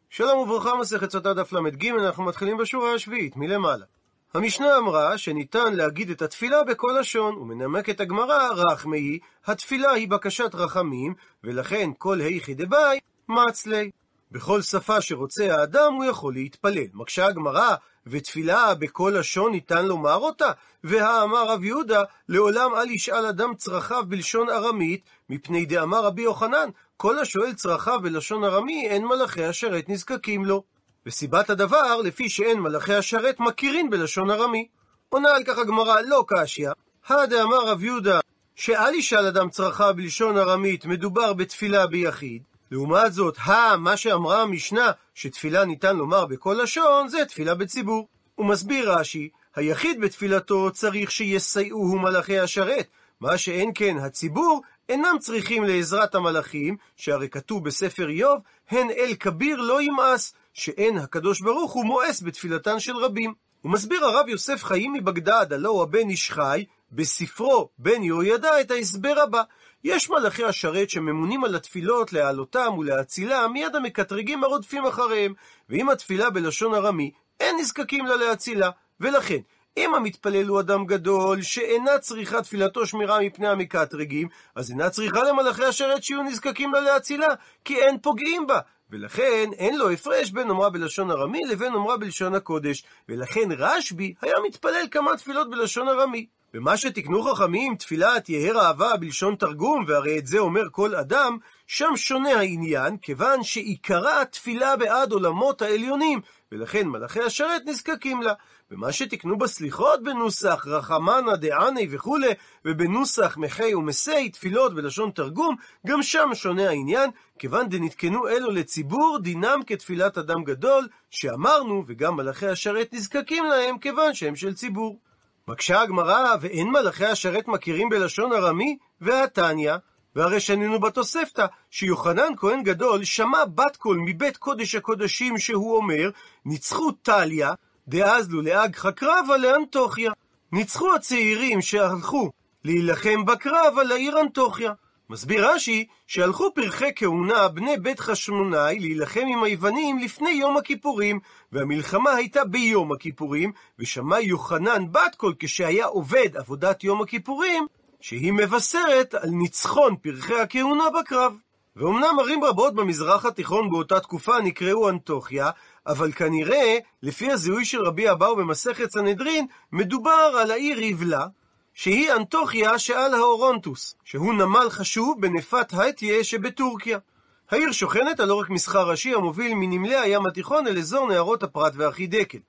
שלום וברכה, מסכת סוטה דף ל"ג, אנחנו מתחילים בשורה השביעית, מלמעלה. המשנה אמרה שניתן להגיד את התפילה בכל לשון, ומנמקת הגמרא, רחמי, התפילה היא בקשת רחמים, ולכן כל היכי דבאי מצלי. בכל שפה שרוצה האדם הוא יכול להתפלל. מקשה הגמרא, ותפילה בכל לשון ניתן לומר אותה? והאמר רב יהודה, לעולם אל ישאל אדם צרכיו בלשון ארמית, מפני דאמר רבי יוחנן, כל השואל צרכיו בלשון ארמי, אין מלאכי השרת נזקקים לו. וסיבת הדבר, לפי שאין מלאכי השרת מכירים בלשון ארמי. עונה על כך הגמרא, לא קשיא, דאמר רב יהודה, שאל ישאל אדם צרכיו בלשון ארמית, מדובר בתפילה ביחיד. לעומת זאת, מה שאמרה המשנה, שתפילה ניתן לומר בכל לשון, זה תפילה בציבור. הוא מסביר רש"י, היחיד בתפילתו צריך שיסייעוהו מלאכי השרת, מה שאין כן הציבור אינם צריכים לעזרת המלאכים, שהרי כתוב בספר איוב, הן אל כביר לא ימאס, שאין הקדוש ברוך הוא מואס בתפילתן של רבים. הוא מסביר הרב יוסף חיים מבגדד, הלא הוא הבן איש חי, בספרו בן יהוידע את ההסבר הבא. יש מלאכי השרת שממונים על התפילות להעלותם ולהצילם מיד המקטרגים הרודפים אחריהם, ואם התפילה בלשון ארמי אין נזקקים לה להצילה, ולכן אם המתפלל הוא אדם גדול שאינה צריכה תפילתו שמירה מפני המקטרגים, אז אינה צריכה למלאכי השרת שיהיו נזקקים לה להצילה, כי אין פוגעים בה, ולכן אין לו הפרש בין אומרה בלשון ארמי לבין אומרה בלשון הקודש, ולכן רשב"י היה מתפלל כמה תפילות בלשון ארמי. ומה שתקנו חכמים, תפילת יהר אהבה בלשון תרגום, והרי את זה אומר כל אדם, שם שונה העניין, כיוון שעיקרה תפילה בעד עולמות העליונים, ולכן מלאכי השרת נזקקים לה. ומה שתקנו בסליחות בנוסח רחמנה דעני וכו', ובנוסח מחי ומסי, תפילות בלשון תרגום, גם שם שונה העניין, כיוון דנתקנו אלו לציבור, דינם כתפילת אדם גדול, שאמרנו, וגם מלאכי השרת נזקקים להם, כיוון שהם של ציבור. מקשה הגמרא, ואין מלאכי השרת מכירים בלשון ארמי? והתניא, והרי שנינו בתוספתא, שיוחנן כהן גדול שמע בת קול מבית קודש הקודשים שהוא אומר, ניצחו טליה, דאזלו לאגחה קרבה לאנטוכיה. ניצחו הצעירים שהלכו להילחם בקרב על העיר אנטוכיה. מסביר רש"י שהלכו פרחי כהונה בני בית חשמונאי להילחם עם היוונים לפני יום הכיפורים, והמלחמה הייתה ביום הכיפורים, ושמע יוחנן בת קול כשהיה עובד עבודת יום הכיפורים, שהיא מבשרת על ניצחון פרחי הכהונה בקרב. ואומנם ערים רבות במזרח התיכון באותה תקופה נקראו אנטוכיה, אבל כנראה, לפי הזיהוי של רבי אבאו במסכת סנהדרין, מדובר על העיר ריבלה, שהיא אנטוכיה שעל האורונטוס, שהוא נמל חשוב בנפת הייטיה שבטורקיה. העיר שוכנת על עורק מסחר ראשי המוביל מנמלי הים התיכון אל אזור נהרות הפרת והחידקל.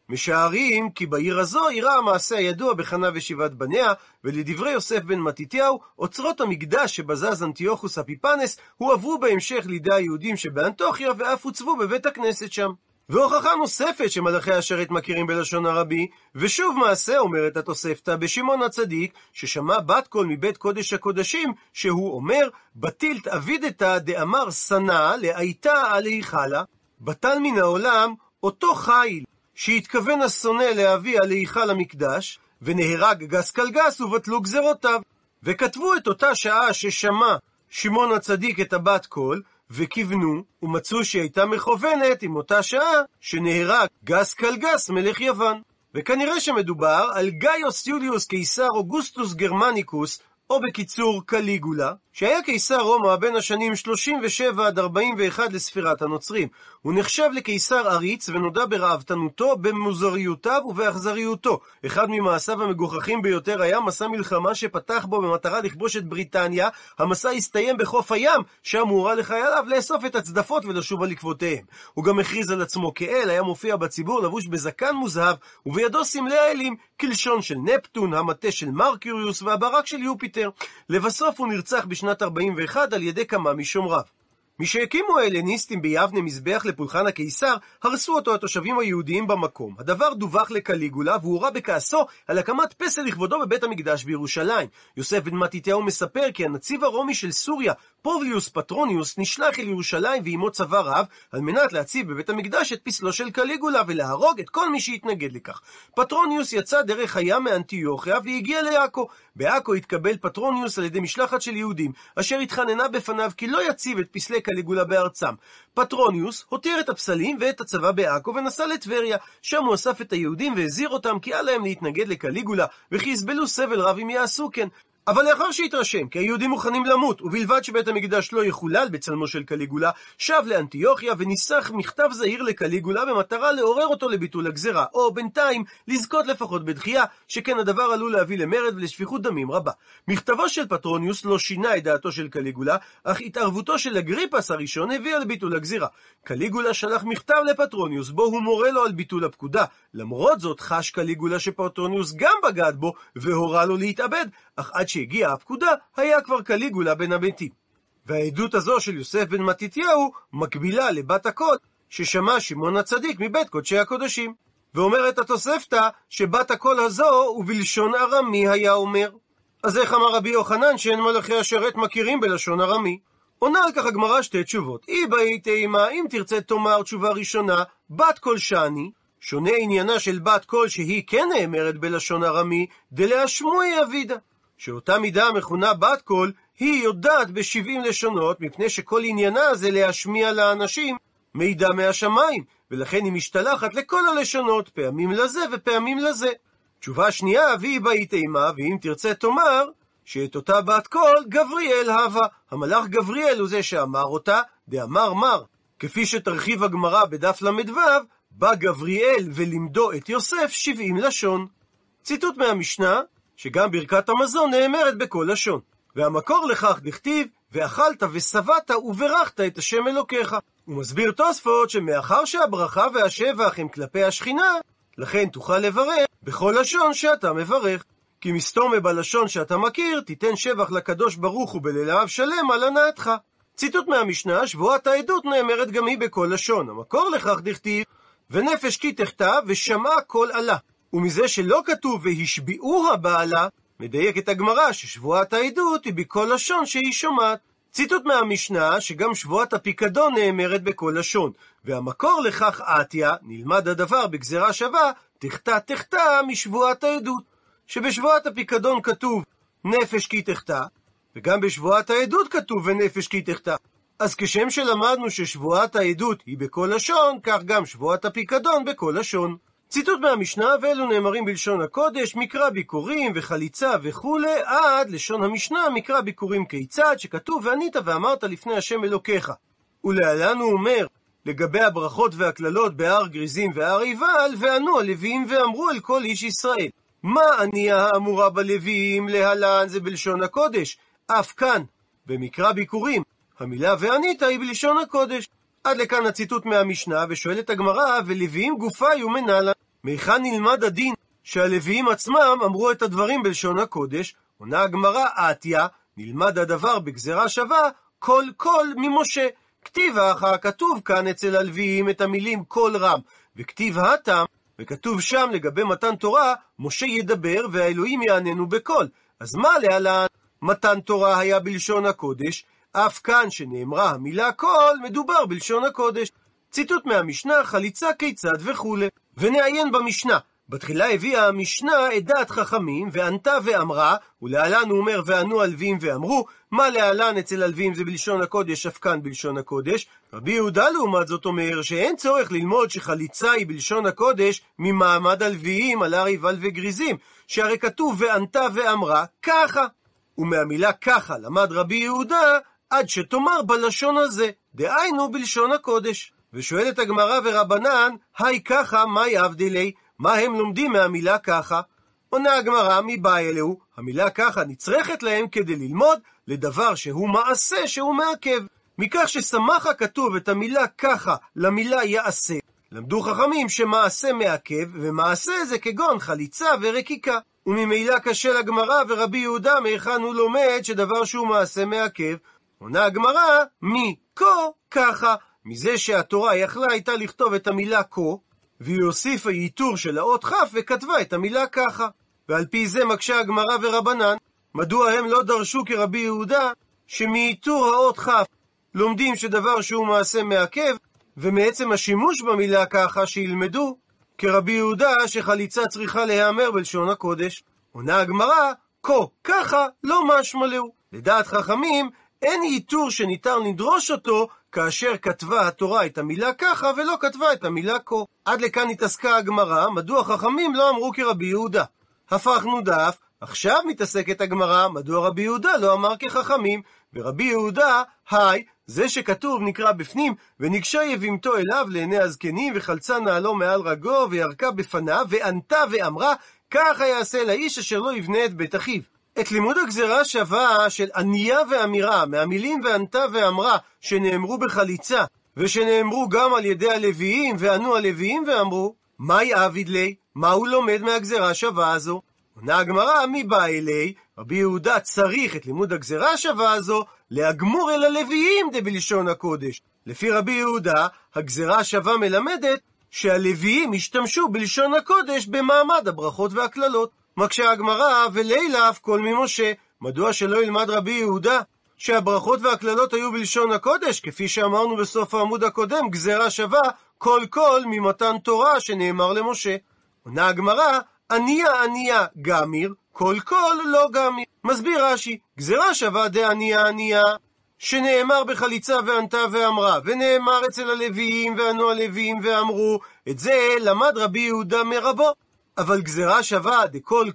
משערים כי בעיר הזו אירע המעשה הידוע בחנה ושבעת בניה, ולדברי יוסף בן מתתיהו, אוצרות המקדש שבזז אנטיוכוס אפיפנס הועברו בהמשך לידי היהודים שבאנטוכיה ואף הוצבו בבית הכנסת שם. והוכחה נוספת שמלאכי השרת מכירים בלשון הרבי, ושוב מעשה אומרת התוספתא בשמעון הצדיק, ששמע בת קול מבית קודש הקודשים, שהוא אומר, בטילת אבידתא דאמר סנא לאייתה עלי חלה, בטל מן העולם אותו חיל, שהתכוון השונא להביא על היכל המקדש, ונהרג גס קלגס ובטלו גזרותיו. וכתבו את אותה שעה ששמע שמעון הצדיק את הבת קול, וכיוונו ומצאו שהייתה מכוונת עם אותה שעה שנהרג גס קלגס מלך יוון. וכנראה שמדובר על גאיוס יוליוס קיסר אוגוסטוס גרמניקוס, או בקיצור קליגולה, שהיה קיסר רומא בין השנים 37 עד 41 לספירת הנוצרים. הוא נחשב לקיסר עריץ ונודע ברעבתנותו, במוזריותיו ובאכזריותו. אחד ממעשיו המגוחכים ביותר היה מסע מלחמה שפתח בו במטרה לכבוש את בריטניה. המסע הסתיים בחוף הים, שם הוא הורה לחייליו לאסוף את הצדפות ולשוב על עקבותיהם. הוא גם הכריז על עצמו כאל, היה מופיע בציבור לבוש בזקן מוזהב, ובידו סמלי האלים, כלשון של נפטון, המטה של מרקיוריוס והברק של יופיטר. לבסוף הוא נרצח בשנת 41 על ידי כמה משומריו. משהקימו ההלניסטים ביבנה מזבח לפולחן הקיסר, הרסו אותו התושבים היהודיים במקום. הדבר דווח לקליגולה, והוא הורה בכעסו על הקמת פסל לכבודו בבית המקדש בירושלים. יוסף בן מתתיהו מספר כי הנציב הרומי של סוריה, פובליוס פטרוניוס, נשלח אל ירושלים ועמו צבא רב, על מנת להציב בבית המקדש את פסלו של קליגולה ולהרוג את כל מי שהתנגד לכך. פטרוניוס יצא דרך הים מאנטיוכיה והגיע לעכו. בעכו התקבל פטרוניוס על ידי משלחת של יהודים, אשר התחננה בפניו כי לא יציב את פסלי לקליגולה בארצם. פטרוניוס הותיר את הפסלים ואת הצבא בעכו ונסע לטבריה. שם הוא אסף את היהודים והזהיר אותם כי אל להם להתנגד לקליגולה, וכי יסבלו סבל רב אם יעשו כן. אבל לאחר שהתרשם כי היהודים מוכנים למות, ובלבד שבית המקדש לא יחולל בצלמו של קליגולה, שב לאנטיוכיה וניסח מכתב זהיר לקליגולה במטרה לעורר אותו לביטול הגזרה, או בינתיים לזכות לפחות בדחייה, שכן הדבר עלול להביא למרד ולשפיכות דמים רבה. מכתבו של פטרוניוס לא שינה את דעתו של קליגולה, אך התערבותו של אגריפס הראשון הביאה לביטול הגזירה. קליגולה שלח מכתב לפטרוניוס בו הוא מורה לו על ביטול הפקודה. למרות זאת חש קליגולה שפטרוניוס גם בגד בו והורה לו להתאבד, אך עד שהגיעה הפקודה היה כבר קליגולה בן המתים. והעדות הזו של יוסף בן מתתיהו מקבילה לבת הקוד ששמע שמעון הצדיק מבית קודשי הקודשים. ואומרת התוספתא שבת הקול הזו ובלשון ארמי היה אומר. אז איך אמר רבי יוחנן שאין מלאכי השרת מכירים בלשון ארמי? עונה על כך הגמרא שתי תשובות. באי תימה, אם תרצה תאמר תשובה ראשונה, בת קול שאני, שונה עניינה של בת קול שהיא כן נאמרת בלשון ארמי, דלהשמועי אבידה. שאותה מידה המכונה בת קול, היא יודעת ב70 לשונות, מפני שכל עניינה זה להשמיע לאנשים מידע מהשמיים, ולכן היא משתלחת לכל הלשונות, פעמים לזה ופעמים לזה. תשובה שנייה, באי תימה, ואם תרצה תאמר, שאת אותה בת קול גבריאל הווה. המלאך גבריאל הוא זה שאמר אותה, דאמר מר. כפי שתרחיב הגמרא בדף למדו, בא גבריאל ולמדו את יוסף 70 לשון. ציטוט מהמשנה, שגם ברכת המזון נאמרת בכל לשון. והמקור לכך דכתיב, ואכלת ושבעת וברכת את השם אלוקיך. הוא מסביר תוספות שמאחר שהברכה והשבח הם כלפי השכינה, לכן תוכל לברך בכל לשון שאתה מברך. כי מסתומה בלשון שאתה מכיר, תיתן שבח לקדוש ברוך הוא בללהב שלם על הנאתך. ציטוט מהמשנה, שבועת העדות נאמרת גם היא בכל לשון. המקור לכך דכתיב, ונפש כי תחתה ושמעה כל עלה. ומזה שלא כתוב והשביעוה בעלה, מדייקת הגמרא ששבועת העדות היא בכל לשון שהיא שומעת. ציטוט מהמשנה שגם שבועת הפיקדון נאמרת בכל לשון. והמקור לכך עתיה, נלמד הדבר בגזרה שווה, תחתה משבועת העדות. שבשבועת הפיקדון כתוב נפש כי תחתה, וגם בשבועת העדות כתוב ונפש כי תחתה. אז כשם שלמדנו ששבועת העדות היא בכל לשון, כך גם שבועת הפיקדון בכל לשון. ציטוט מהמשנה, ואלו נאמרים בלשון הקודש, מקרא ביקורים וחליצה וכו', עד לשון המשנה, מקרא ביקורים כיצד, שכתוב וענית ואמרת לפני השם אלוקיך. ולהלן הוא אומר, לגבי הברכות והכללות בהר גריזים והר עיבל, וענו הלוויים ואמרו אל כל איש ישראל. מה ענייה האמורה בלוויים להלן זה בלשון הקודש, אף כאן, במקרא ביקורים, המילה וענית היא בלשון הקודש. עד לכאן הציטוט מהמשנה, ושואלת הגמרא, ולוויים גופי ומנהלה, מהיכן נלמד הדין שהלוויים עצמם אמרו את הדברים בלשון הקודש? עונה הגמרא, עתיה, נלמד הדבר בגזרה שווה, כל ממשה. כתיב האחר, כתוב כאן אצל הלוויים את המילים כל רם, וכתיב התם, וכתוב שם לגבי מתן תורה, משה ידבר והאלוהים יעננו בקול. אז מה להלן? מתן תורה היה בלשון הקודש, אף כאן שנאמרה המילה קול, מדובר בלשון הקודש. ציטוט מהמשנה, חליצה כיצד וכו'. ונעיין במשנה. בתחילה הביאה המשנה את דעת חכמים, וענתה ואמרה, ולהלן הוא אומר וענו הלוויים ואמרו, מה להלן אצל הלוויים זה בלשון הקודש, אף כאן בלשון הקודש. רבי יהודה לעומת זאת אומר שאין צורך ללמוד שחליצה היא בלשון הקודש ממעמד הלוויים על הר עיבל וגריזים, שהרי כתוב וענתה ואמרה ככה. ומהמילה ככה למד רבי יהודה עד שתאמר בלשון הזה, דהיינו בלשון הקודש. ושואלת הגמרא ורבנן, היי ככה, מהי הבדילי? מה הם לומדים מהמילה ככה? עונה הגמרא, מבא אלהו, המילה ככה נצרכת להם כדי ללמוד לדבר שהוא מעשה שהוא מעכב. מכך שסמך הכתוב את המילה ככה למילה יעשה, למדו חכמים שמעשה מעכב, ומעשה זה כגון חליצה ורקיקה. וממילא קשה לגמרא ורבי יהודה מהיכן הוא לומד שדבר שהוא מעשה מעכב. עונה הגמרא, כה ככה, מזה שהתורה יכלה הייתה לכתוב את המילה כה, והיא הוסיפה ייתור של האות כף וכתבה את המילה ככה. ועל פי זה מקשה הגמרא ורבנן, מדוע הם לא דרשו כרבי יהודה שמייתור האות כף לומדים שדבר שהוא מעשה מעכב, ומעצם השימוש במילה ככה שילמדו כרבי יהודה שחליצה צריכה להיאמר בלשון הקודש. עונה הגמרא, ככה לא משמע להו. לדעת חכמים אין ייתור שניתן לדרוש אותו כאשר כתבה התורה את המילה ככה ולא כתבה את המילה כה. עד לכאן התעסקה הגמרא, מדוע חכמים לא אמרו כרבי יהודה. הפכנו דף, עכשיו מתעסקת הגמרא, מדוע רבי יהודה לא אמר כחכמים. ורבי יהודה, זה שכתוב נקרא בפנים, ונגשה יבימתו אליו לעיני הזקנים, וחלצה נעלו מעל רגו, וירקה בפניו, וענתה ואמרה, ככה יעשה לאיש אשר לא יבנה את בית אחיו. את לימוד הגזרה שווה של עניה ואמירה, מהמילים וענתה ואמרה, שנאמרו בחליצה, ושנאמרו גם על ידי הלוויים, וענו הלוויים ואמרו, מהי עביד לי? מה הוא לומד מהגזרה שווה הזו? עונה הגמרא, מי בא אלי? רבי יהודה צריך את לימוד הגזרה שווה הזו להגמור אל הלוויים דבלשון הקודש. לפי רבי יהודה, הגזרה שווה מלמדת שהלוויים השתמשו בלשון הקודש במעמד הברכות והכללות. מקשה הגמרא, ולילה אף כל ממשה. מדוע שלא ילמד רבי יהודה שהברכות והכללות היו בלשון הקודש? כפי שאמרנו בסוף העמוד הקודם, גזרה שווה כל ממתן תורה שנאמר למשה. עונה הגמרא, עניה גמיר, כל לא גמיר. מסביר רש"י, גזרה שווה עניה, שנאמר בחליצה וענתה ואמרה, ונאמר אצל הלוויים וענו הלוויים ואמרו, את זה למד רבי יהודה מרבו. אבל גזרה שווה דכל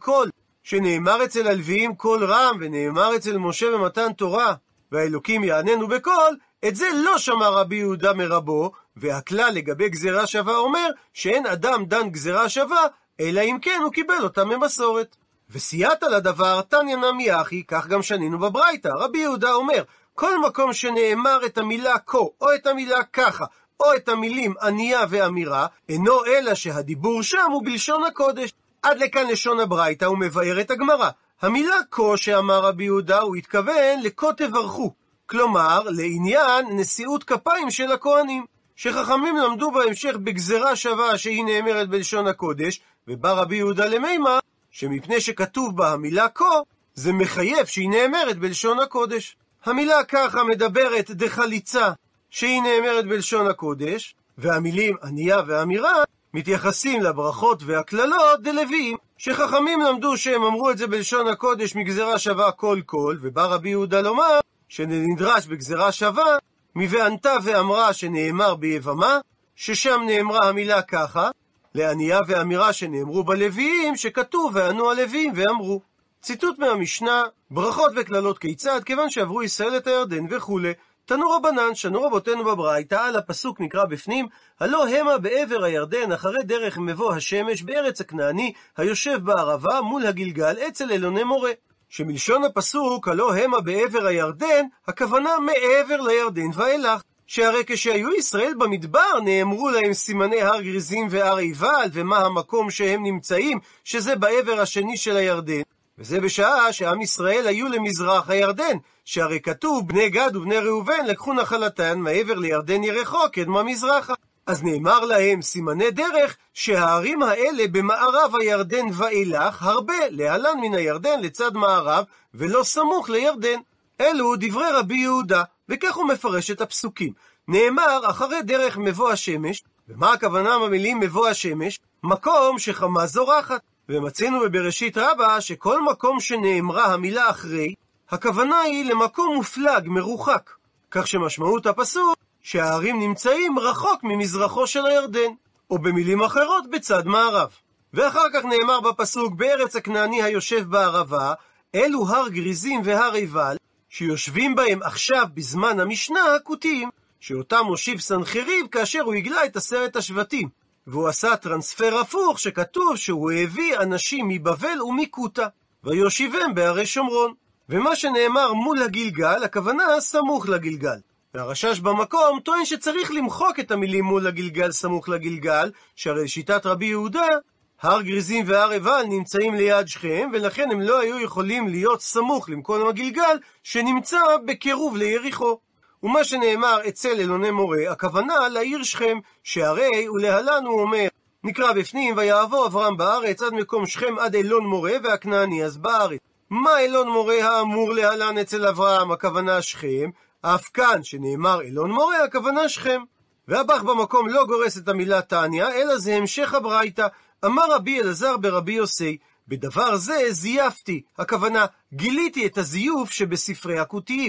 שנאמר אצל הלוויים קול רם, ונאמר אצל משה במתן תורה, והאלוקים יעננו בקול, את זה לא שמע רבי יהודה מרבו, והכלל לגבי גזרה שווה אומר, שאין אדם דן גזרה שווה, אלא אם כן הוא קיבל אותה ממסורת. וסייעת לדבר, תניא נמי אחי, כך גם שנינו בברייתא. רבי יהודה אומר, כל מקום שנאמר את המילה כה, או את המילה ככה, או את המילים עניה ואמירה, אינו אלא שהדיבור שם הוא בלשון הקודש. עד לכאן לשון הברייתא הוא מבאר את הגמרא. המילה כה שאמר רבי יהודה הוא התכוון לכה תברכו, כלומר לעניין נשיאות כפיים של הכהנים, שחכמים למדו בהמשך בגזרה שווה שהיא נאמרת בלשון הקודש, ובא רבי יהודה למימה שמפני שכתוב בה המילה כה, זה מחייב שהיא נאמרת בלשון הקודש. המילה ככה מדברת דחליצה שהיא נאמרת בלשון הקודש, והמילים עניה ואמירה מתייחסים לברכות והכללות דלוויים, שחכמים למדו שהם אמרו את זה בלשון הקודש מגזרה שווה כל, ובא רבי יהודה לומר שנדרש בגזרה שווה מבענתה ואמרה שנאמר ביבמה, ששם נאמרה המילה ככה, לעניה ואמירה שנאמרו בלוויים, שכתוב וענו הלוויים ואמרו. ציטוט מהמשנה, ברכות וכללות כיצד, כיוון שעברו ישראל את הירדן וכו'. תנו רבנן, שנו רבותינו בברייתא, על הפסוק נקרא בפנים, הלא המה בעבר הירדן, אחרי דרך מבוא השמש, בארץ הכנעני, היושב בערבה, מול הגלגל, אצל אלוני מורה. שמלשון הפסוק, הלא המה בעבר הירדן, הכוונה מעבר לירדן ואילך. שהרי כשהיו ישראל במדבר, נאמרו להם סימני הר גריזים והר עיבל, ומה המקום שהם נמצאים, שזה בעבר השני של הירדן. וזה בשעה שעם ישראל היו למזרח הירדן, שהרי כתוב בני גד ובני ראובן לקחו נחלתן מעבר לירדן ירחו קדמה מזרחה. אז נאמר להם סימני דרך שהערים האלה במערב הירדן ואילך הרבה, להלן מן הירדן לצד מערב ולא סמוך לירדן. אלו דברי רבי יהודה, וכך הוא מפרש את הפסוקים. נאמר אחרי דרך מבוא השמש, ומה הכוונה במילים מבוא השמש? מקום שחמה זורחת. ומצינו בבראשית רבה שכל מקום שנאמרה המילה אחרי, הכוונה היא למקום מופלג, מרוחק. כך שמשמעות הפסוק שהערים נמצאים רחוק ממזרחו של הירדן, או במילים אחרות בצד מערב. ואחר כך נאמר בפסוק בארץ הכנעני היושב בערבה, אלו הר גריזים והר עיבל, שיושבים בהם עכשיו בזמן המשנה הכותיים, שאותם מושיב סנחריב כאשר הוא הגלה את 10 השבטים. והוא עשה טרנספר הפוך שכתוב שהוא הביא אנשים מבבל ומקוטה, ויושיבם בערי שומרון. ומה שנאמר מול הגלגל, הכוונה סמוך לגלגל. והרשש במקום טוען שצריך למחוק את המילים מול הגלגל סמוך לגלגל, שהרי שיטת רבי יהודה, הר גריזים והר עיבל נמצאים ליד שכם, ולכן הם לא היו יכולים להיות סמוך למקום הגלגל שנמצא בקירוב ליריחו. ומה שנאמר אצל אלוני מורה, הכוונה לעיר שכם, שהרי ולהלן הוא אומר, נקרא בפנים, ויעבור אברהם בארץ עד מקום שכם עד אלון מורה והכנעני אז בארץ. מה אלון מורה האמור להלן אצל אברהם? הכוונה שכם, אף כאן שנאמר אלון מורה, הכוונה שכם. והבח במקום לא גורס את המילה תניא, אלא זה המשך הברייתא. אמר רבי אלעזר ברבי יוסי, בדבר זה זייפתי, הכוונה גיליתי את הזיוף שבספרי הכותיים.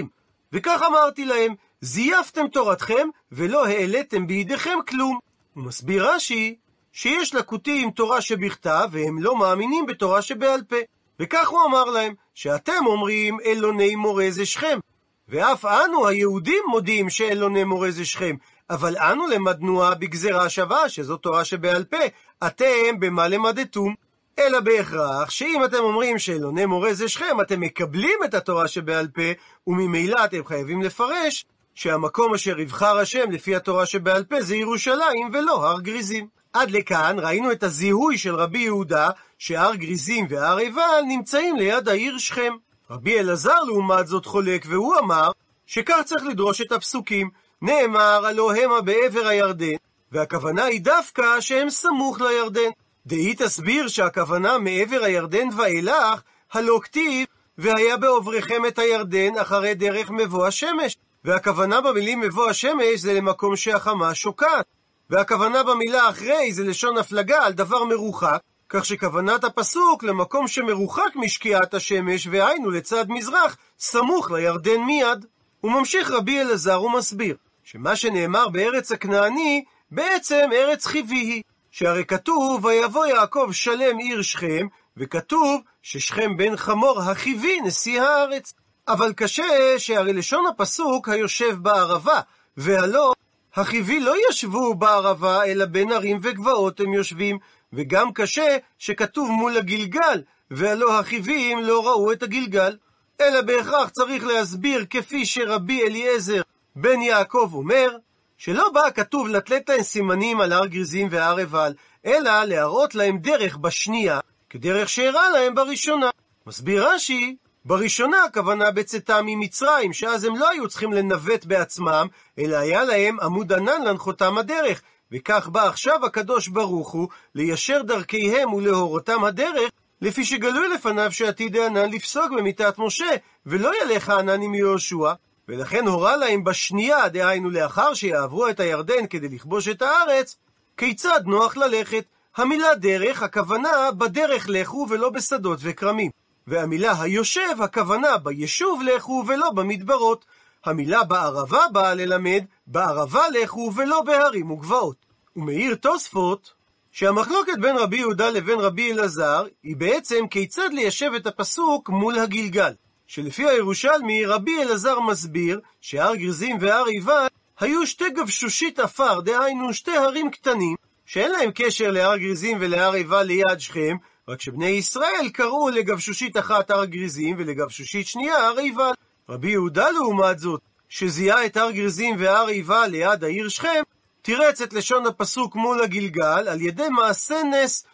וכך אמרתי להם, זייפתם תורתכם ולא העליתם בידיכם כלום. הוא מסביר רש"י שיש לקוטים תורה שבכתב והם לא מאמינים בתורה שבעל פה. וכך הוא אמר להם, שאתם אומרים אלוני מורה זה שכם, ואף אנו היהודים מודים שאלוני מורה זה שכם, אבל אנו למדנוה בגזרה שווה, שזו תורה שבעל פה, אתם במה למדתום? אלא בהכרח שאם אתם אומרים שאלוני מורה זה שכם, אתם מקבלים את התורה שבעל פה, וממילא אתם חייבים לפרש שהמקום אשר יבחר השם לפי התורה שבעל פה זה ירושלים ולא הר גריזים. עד לכאן ראינו את הזיהוי של רבי יהודה שהר גריזים והר עיבל נמצאים ליד העיר שכם. רבי אלעזר לעומת זאת חולק, והוא אמר שכך צריך לדרוש את הפסוקים. נאמר הלא המה בעבר הירדן, והכוונה היא דווקא שהם סמוך לירדן. דהי תסביר שהכוונה מעבר הירדן ואילך, הלא כתיב והיה בעובריכם את הירדן אחרי דרך מבוא השמש, והכוונה במילים מבוא השמש זה למקום שהחמה שוקעת, והכוונה במילה אחרי זה לשון הפלגה על דבר מרוחק, כך שכוונת הפסוק למקום שמרוחק משקיעת השמש, והיינו לצד מזרח, סמוך לירדן מיד. הוא ממשיך רבי אלעזר ומסביר שמה שנאמר בארץ הכנעני בעצם ארץ חיבי היא, שהרי כתוב ויבוא יעקב שלם עיר שכם, וכתוב ששכם בן חמור החיבי נשיא הארץ. אבל קשה שהרי לשון הפסוק היושב בערבה, והלא החיבי לא ישבו בערבה אלא בין ערים וגבעות הם יושבים, וגם קשה שכתוב מול הגלגל, והלא החיבים לא ראו את הגלגל. אלא בהכרח צריך להסביר כפי שרבי אליעזר בן יעקב אומר, שלא בא כתוב לתת להם סימנים על הר גריזים והר עיבל, אלא להראות להם דרך בשנייה, כדרך שהראה להם בראשונה. מסביר רש"י, בראשונה הכוונה בצאתם ממצרים, שאז הם לא היו צריכים לנווט בעצמם, אלא היה להם עמוד ענן להנחותם הדרך, וכך בא עכשיו הקדוש ברוך הוא ליישר דרכיהם ולהורותם הדרך, לפי שגלוי לפניו שעתיד הענן לפסוק במיתת משה, ולא ילך הענן עם יהושע, ולכן הורה להם בשנייה, דהיינו לאחר שיעברו את הירדן כדי לכבוש את הארץ, כיצד נוח ללכת. המילה דרך, הכוונה בדרך לכו ולא בשדות וקרמים, והמילה היושב, הכוונה בישוב לכו ולא במדברות. המילה בערבה באה ללמד בערבה לכו ולא בהרים וגבעות. ומעיר תוספות שהמחלוקת בין רבי יהודה לבין רבי אלעזר היא בעצם כיצד ליישב את הפסוק מול הגלגל, שלפי הירושלמי רבי אלעזר מסביר שהר גריזים והר עיבל היו שתי גבשושית אפר, דהיינו שתי הרים קטנים שאין להם קשר להר גריזים ולהר עיבל ליד שכם, רק שבני ישראל קראו לגבשושית אחת הר גריזים ולגבשושית שנייה הר עיבל. רבי יהודה לעומת זאת, שזיהה את הר גריזים והר עיבל ליד העיר שכם, תירץ את לשון הפסוק מול הגלגל על ידי מעשה נס,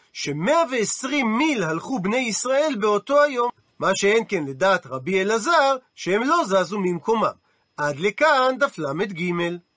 ש120 מיל הלכו בני ישראל באותו היום, מה שאין כן לדעת רבי אלעזר שהם לא זזו ממקומם. עד לכאן דף למד ג'.